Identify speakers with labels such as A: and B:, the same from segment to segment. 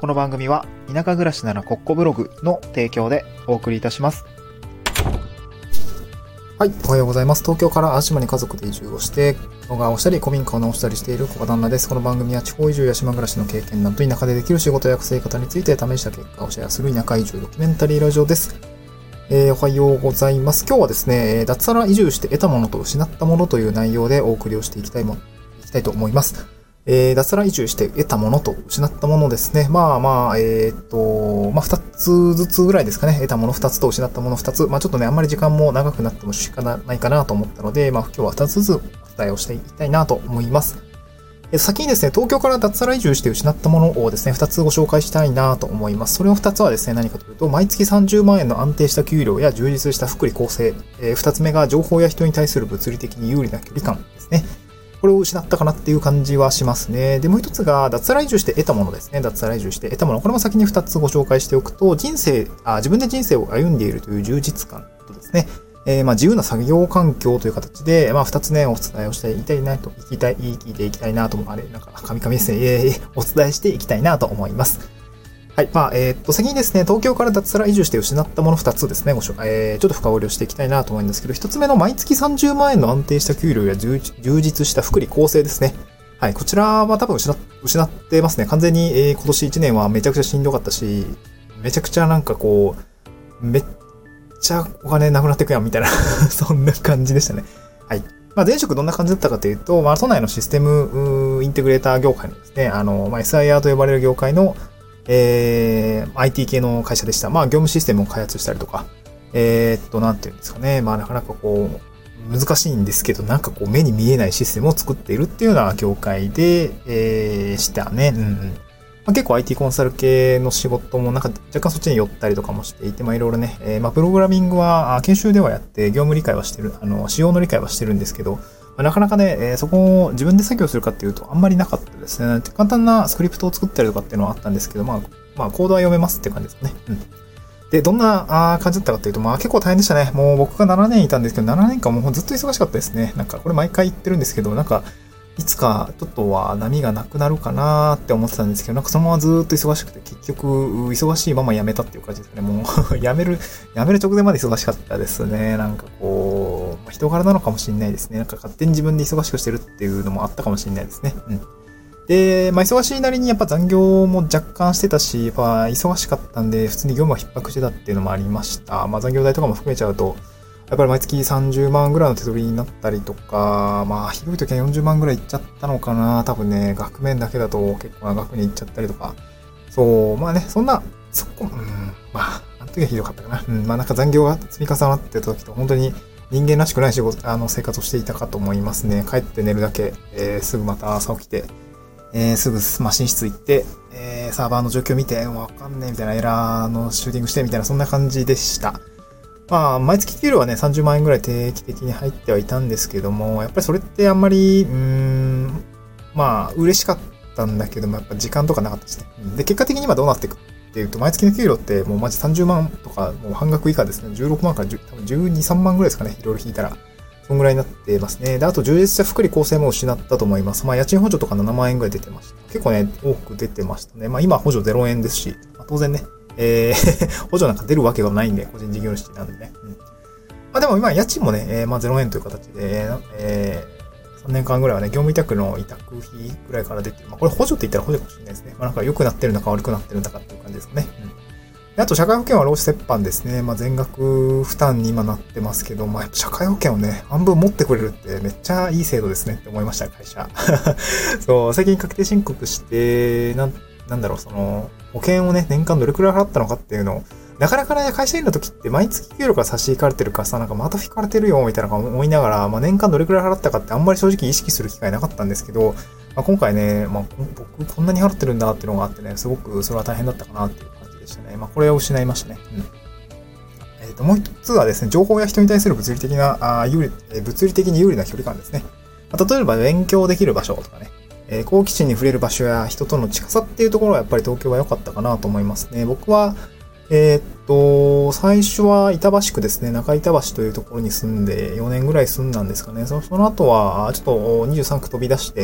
A: この番組は田舎暮らしならコッコブログの提供でお送りいたします。はい、おはようございます。東京から淡島に家族で移住をして、野川をしたり古民家を直したりしている小川旦那です。この番組は地方移住や島暮らしの経験など田舎でできる仕事や稼ぎ方について試した結果をシェアする田舎移住ドキュメンタリーラジオです。おはようございます。今日はですね、脱サラ移住して得たものと失ったものという内容でお送りをしていきたいと思います。脱サラ移住して得たものと失ったものですね。二つずつぐらいですかね。得たもの二つと失ったもの二つ。ちょっとね、あんまり時間も長くなっても仕方ないかなと思ったので、今日は二つずつお伝えをしていきたいなと思います。先にですね、東京から脱サラ移住して失ったものをですね、二つご紹介したいなと思います。それの二つはですね、何かというと、毎月30万円の安定した給料や充実した福利厚生。二つ目が情報や人に対する物理的に有利な距離感ですね。これを失ったかなっていう感じはしますね。で、もう一つが脱サラ移住して得たものですね。脱サラ移住して得たもの。これも先に二つご紹介しておくと、自分で人生を歩んでいるという充実感とですね、自由な作業環境という形で、二つね、お伝えをしていきたいなと、聞いていきたいなと、カミカミですね、お伝えしていきたいなと思います。はい。先にですね、東京から脱サラ移住して失ったもの2つですね、ちょっと深掘りをしていきたいなと思うんですけど、1つ目の毎月30万円の安定した給料や充実した福利厚生ですね。はい。こちらは多分失ってますね。完全に、今年1年はめちゃくちゃしんどかったし、めちゃくちゃめっちゃお金なくなってくやんみたいな、そんな感じでしたね。はい。前職どんな感じだったかというと、都内のシステムインテグレーター業界のですね、SIR と呼ばれる業界のIT 系の会社でした。業務システムを開発したりとか、なんていうんですかね。なかなか難しいんですけど、目に見えないシステムを作っているっていうような業界で、したね。結構 IT コンサル系の仕事も若干そっちに寄ったりとかもしていて、いろいろね、プログラミングは研修ではやって、業務理解はしてる、仕様の理解はしてるんですけど、なかなかね、そこを自分で作業するかっていうとあんまりなかったですね。簡単なスクリプトを作ったりとかっていうのはあったんですけど、コードは読めますって感じですかね。で、どんな感じだったかっていうと、結構大変でしたね。もう僕が7年いたんですけど、7年間もうずっと忙しかったですね。これ毎回言ってるんですけど、いつかちょっとは波がなくなるかなーって思ってたんですけど、そのままずーっと忙しくて、結局、忙しいまま辞めたっていう感じですかね。もう辞める直前まで忙しかったですね。人柄なのかもしれないですね。勝手に自分で忙しくしてるっていうのもあったかもしれないですね。で、忙しいなりにやっぱ残業も若干してたし、忙しかったんで、普通に業務は逼迫してたっていうのもありました。残業代とかも含めちゃうと、やっぱり毎月30万ぐらいの手取りになったりとか、広い時は40万ぐらいいっちゃったのかな。多分ね、額面だけだと結構な額にいっちゃったりとか。そんな、あの時はひどかったかな。残業が積み重なってた時と本当に人間らしくない生活をしていたかと思いますね。帰って寝るだけ、すぐまた朝起きて、すぐ寝室行って、サーバーの状況見て、わかんねえみたいなエラーのシューティングしてみたいな、そんな感じでした。毎月給料はね、30万円ぐらい定期的に入ってはいたんですけども、やっぱりそれってあんまり、嬉しかったんだけども、やっぱ時間とかなかったですね。で、結果的に今どうなっていくっていうと、毎月の給料ってもうマジ30万とか、もう半額以下ですね。16万から多分12、3万ぐらいですかね。いろいろ引いたら。そんぐらいになってますね。で、あと充実した福利厚生も失ったと思います。家賃補助とか7万円ぐらい出てました。結構ね、多く出てましたね。今補助0円ですし、当然ね、補助なんか出るわけがないんで、個人事業主なんでね。でも今、家賃もね、0円という形で、3年間ぐらいはね、業務委託の委託費ぐらいから出て、これ補助って言ったら補助かもしれないですね。良くなってるんだか悪くなってるんだかっていう感じですかね。であと、社会保険は労使折半ですね。全額負担に今なってますけど、社会保険をね、半分持ってくれるってめっちゃいい制度ですねって思いました、会社。そう、最近確定申告して、保険をね、年間どれくらい払ったのかっていうのを、なかなかね、会社員の時って毎月給料から差し引かれてるかさ、また引かれてるよ、みたいな思いながら、年間どれくらい払ったかってあんまり正直意識する機会なかったんですけど、今回ね、僕こんなに払ってるんだっていうのがあってね、すごくそれは大変だったかなっていう感じでしたね。これを失いましたね。もう一つはですね、情報や人に対する物理的に有利な距離感ですね。例えば勉強できる場所とかね、好奇心に触れる場所や人との近さっていうところはやっぱり東京は良かったかなと思いますね。僕は、最初は板橋区ですね。中板橋というところに住んで4年ぐらい住んだんですかね。その後は、ちょっと23区飛び出して、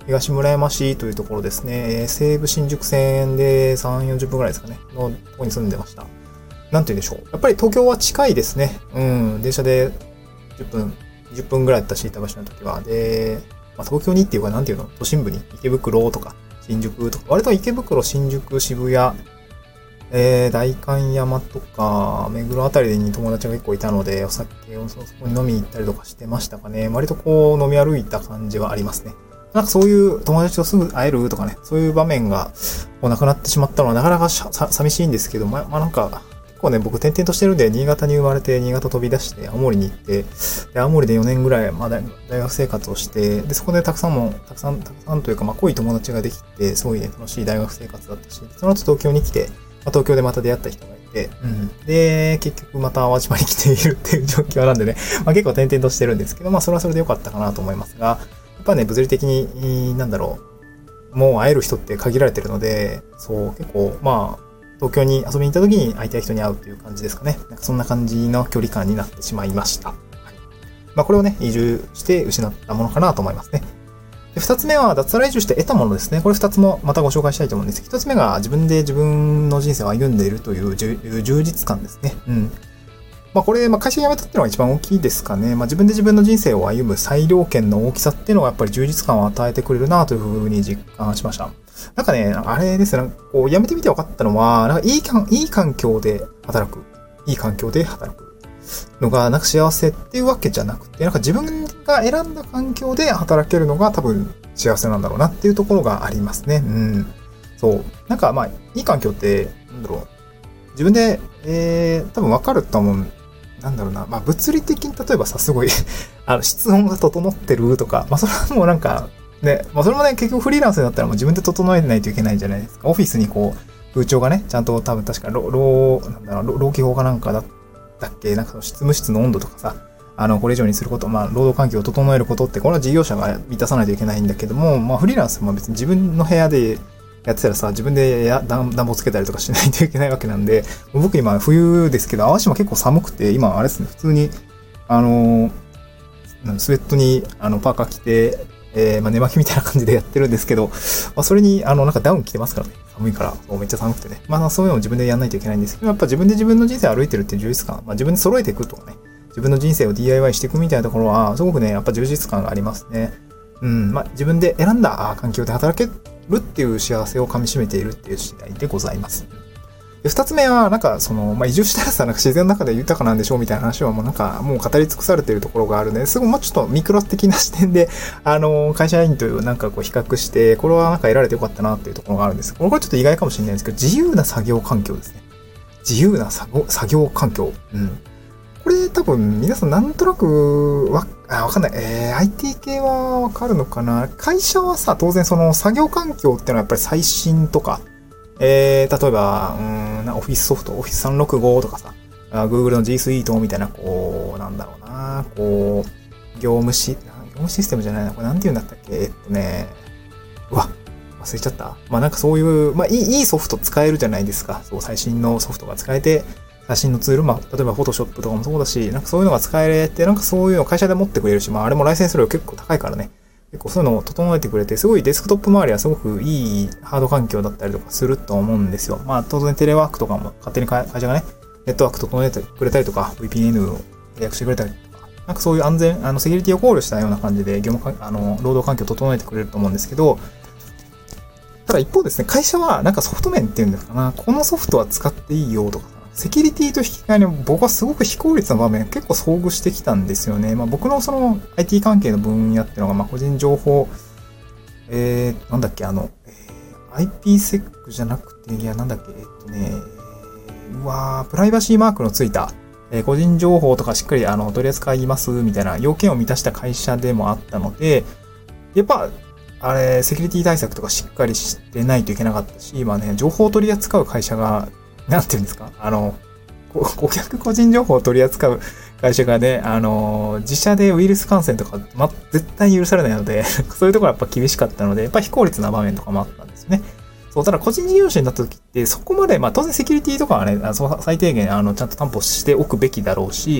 A: 東村山市というところですね。西武新宿線で3、40分くらいですかね。のとこに住んでました。なんて言うんでしょう。やっぱり東京は近いですね。電車で10分、20分くらいだったし、板橋の時は。で、東京にっていうか、なんていうの、都心部に池袋とか、新宿とか、割と池袋、新宿、渋谷、代官山とか、目黒あたりに友達が結構いたので、お酒をそこに飲みに行ったりとかしてましたかね。割とこう飲み歩いた感じはありますね。なんかそういう友達とすぐ会えるとかね、そういう場面がなくなってしまったのはなかなか寂しいんですけど、なんか、結構ね、僕転々としてるんで、新潟に生まれて、新潟飛び出して、青森に行って、で、青森で4年ぐらい、大学生活をして、で、そこでたくさんというか、濃い友達ができて、すごいね、楽しい大学生活だったし、その後東京に来て、東京でまた出会った人がいて、で、結局また淡路島に来ているっていう状況なんでね、結構転々としてるんですけど、それはそれで良かったかなと思いますが、やっぱね、物理的に、もう会える人って限られてるので、そう、結構、東京に遊びに行った時に会いたい人に会うっていう感じですかね。なんかそんな感じの距離感になってしまいました。はい。これをね、移住して失ったものかなと思いますね。で、二つ目は脱サラ移住して得たものですね。これ二つもまたご紹介したいと思うんです。一つ目が自分で自分の人生を歩んでいるという充実感ですね。これ、会社辞めたっていうのが一番大きいですかね。自分で自分の人生を歩む裁量権の大きさっていうのがやっぱり充実感を与えてくれるなというふうに実感しました。なんかね、あれですね、こう辞めてみて分かったのは、なんかいい環境で働くのが、なんか幸せっていうわけじゃなくて、なんか自分が選んだ環境で働けるのが多分幸せなんだろうなっていうところがありますね。そう。なんかいい環境って、自分で、多分分かると思う。物理的に例えばさ、すごい室温が整ってるとか、それはもうなんか、ね、それもね、結局フリーランスになったらもう自分で整えないといけないじゃないですか。オフィスにこう、空調がね、ちゃんと多分確か労基法かなんかだったっけ、なんか執務室の温度とかさ、これ以上にすること、労働環境を整えることって、これは事業者が満たさないといけないんだけども、フリーランスも別に自分の部屋でやってたらさ、自分で暖房つけたりとかしないといけないわけなんで、僕今冬ですけど、淡路島結構寒くて、今あれですね、普通に、スウェットにパーカー着て、寝巻きみたいな感じでやってるんですけど、それになんかダウン着てますからね。寒いから、めっちゃ寒くてね。そういうのを自分でやんないといけないんですけど、やっぱ自分で自分の人生歩いてるっていう充実感、自分で揃えていくとかね、自分の人生を DIY していくみたいなところは、すごくね、やっぱ充実感がありますね。自分で選んだ環境で働けるっていう幸せを噛み締めているっていう次第でございます。で、二つ目は、なんか移住したらさ、なんか自然の中で豊かなんでしょうみたいな話はもう語り尽くされているところがあるので、すごいもうちょっとミクロ的な視点で、会社員という比較して、これは得られてよかったなっていうところがあるんです。これちょっと意外かもしれないんですけど、自由な作業環境ですね。自由な作業環境。これ多分皆さんなんとなくわかんない。IT 系はわかるのかな。会社はさ、当然作業環境っていうのはやっぱり最新とか、例えば、オフィスソフト、Office 365とかさ、Google の G Suite みたいな、業務システムじゃないな。これなんて言うんだったっけ？忘れちゃった。なんかそういう、いいソフト使えるじゃないですか。そう、最新のソフトが使えて、最新のツール、例えば Photoshop とかもそうだし、なんかそういうのが使えれて、なんかそういうのを会社で持ってくれるし、あれもライセンス料結構高いからね。結構そういうのを整えてくれて、すごいデスクトップ周りはすごくいいハード環境だったりとかすると思うんですよ。当然テレワークとかも勝手に会社がね、ネットワーク整えてくれたりとか、VPN を契約してくれたりとか、なんかそういう安全、セキュリティを考慮したような感じで労働環境を整えてくれると思うんですけど、ただ一方ですね、会社はなんかソフト面っていうんですかな、このソフトは使っていいよとか、セキュリティと引き換えに僕はすごく非効率な場面結構遭遇してきたんですよね。僕のIT 関係の分野っていうのが個人情報、IPsec じゃなくて、プライバシーマークのついた、個人情報とかしっかり取り扱いますみたいな要件を満たした会社でもあったので、やっぱセキュリティ対策とかしっかりしてないといけなかったし、情報を取り扱う会社がなんていうんですか、顧客個人情報を取り扱う会社がね、自社でウイルス感染とか、絶対に許されないので、そういうところはやっぱ厳しかったので、やっぱ非効率な場面とかもあったんですよね。そう、ただ個人事業者になった時って、そこまで、当然セキュリティとかはね、最低限、ちゃんと担保しておくべきだろうし、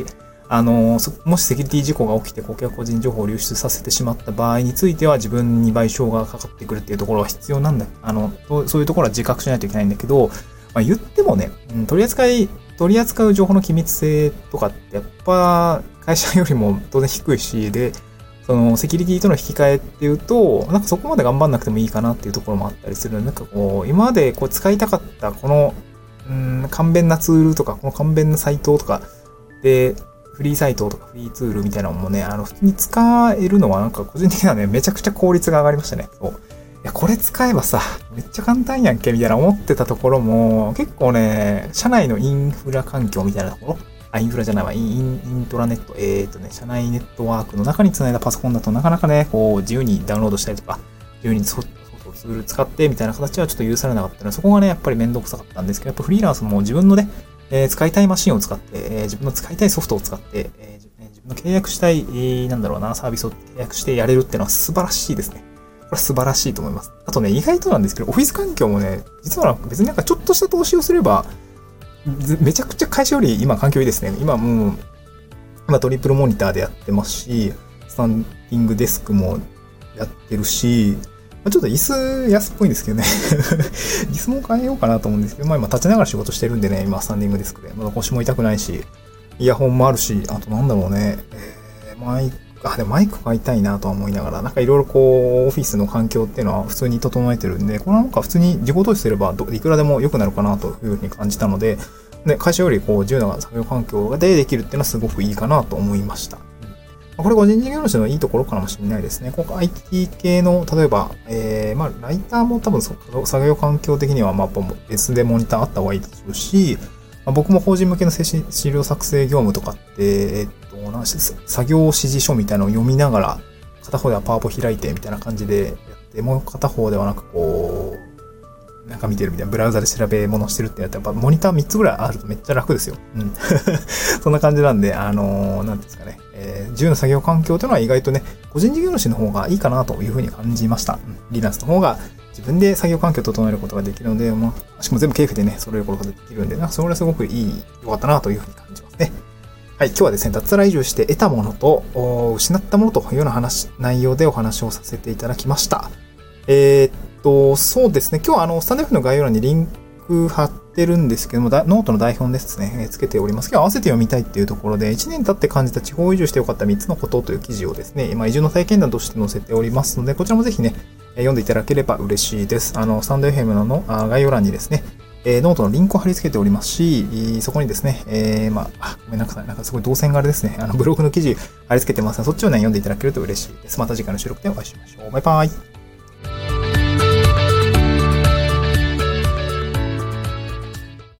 A: もしセキュリティ事故が起きて顧客個人情報を流出させてしまった場合については自分に賠償がかかってくるっていうところは必要なんだ。そういうところは自覚しないといけないんだけど、言ってもね、取り扱う情報の機密性とかってやっぱ会社よりも当然低いし、で、そのセキュリティとの引き換えっていうと、なんかそこまで頑張んなくてもいいかなっていうところもあったりする。なんか今まで使いたかったこの、簡便なツールとか、この簡便なサイトとか、で、フリーサイトとかフリーツールみたいなのもね、普通に使えるのはなんか個人的にはね、めちゃくちゃ効率が上がりましたね。そう。いや、これ使えばさ、めっちゃ簡単やんけ、みたいな思ってたところも、結構ね、社内のインフラ環境みたいなところ、インフラじゃないわ、イントラネット、社内ネットワークの中に繋いだパソコンだとなかなかね、自由にダウンロードしたりとか、自由にソフトツール使ってみたいな形はちょっと許されなかったので、そこがね、やっぱりめんどくさかったんですけど、やっぱフリーランスも自分のね、使いたいマシンを使って、自分の使いたいソフトを使って、自分の契約したい、サービスを契約してやれるっていうのは素晴らしいですね。これ素晴らしいと思います。あとね、意外となんですけど、オフィス環境もね、実は別になんかちょっとした投資をすれば、めちゃくちゃ会社より今環境いいですね。今トリプルモニターでやってますし、スタンディングデスクもやってるし、ちょっと椅子安っぽいんですけどね。椅子も変えようかなと思うんですけど、今立ちながら仕事してるんでね、今スタンディングデスクで。腰も痛くないし、イヤホンもあるし、あとなんだろうね、でもマイク買いたいなとは思いながら、なんかいろいろオフィスの環境っていうのは普通に整えてるんで、これなんか普通に自己投資すればいくらでも良くなるかなというふうに感じたので、会社より自由な作業環境でできるっていうのはすごくいいかなと思いました。これ個人事業主のいいところかもしれないですね。今回 IT 系の、例えば、ライターも多分作業環境的には別でモニターあった方がいいでしょうし、僕も法人向けの資料作成業務とかって、作業指示書みたいなのを読みながら、片方ではパワポ開いてみたいな感じでやって、もう片方ではなんかなんか見てるみたいな、ブラウザで調べ物してるってやったら、やっぱモニター3つぐらいあるとめっちゃ楽ですよ。そんな感じなんで、なんですかね、自由な作業環境というのは意外とね、個人事業主の方がいいかなというふうに感じました。リーランスの方が自分で作業環境を整えることができるので、しかも全部経費でね、揃えることができるんで、それはすごく良かったなというふうに感じますね。はい、今日はですね、脱サラ移住して得たものと失ったものというような内容でお話をさせていただきました。そうですね、今日はスタンド F の概要欄にリンク貼ってるんですけども、ノートの台本ですね、つけております。今日合わせて読みたいっていうところで、1年経って感じた地方移住してよかった3つのことという記事をですね、移住の体験談として載せておりますので、こちらもぜひね、読んでいただければ嬉しいです。スタンド FM の概要欄にですね、ノートのリンクを貼り付けておりますし、そこにですね、ごめんなさい。なんかすごい動線があれですね。ブログの記事貼り付けてますので、そっちをね、読んでいただけると嬉しいです。また次回の収録でお会いしましょう。バイバイ。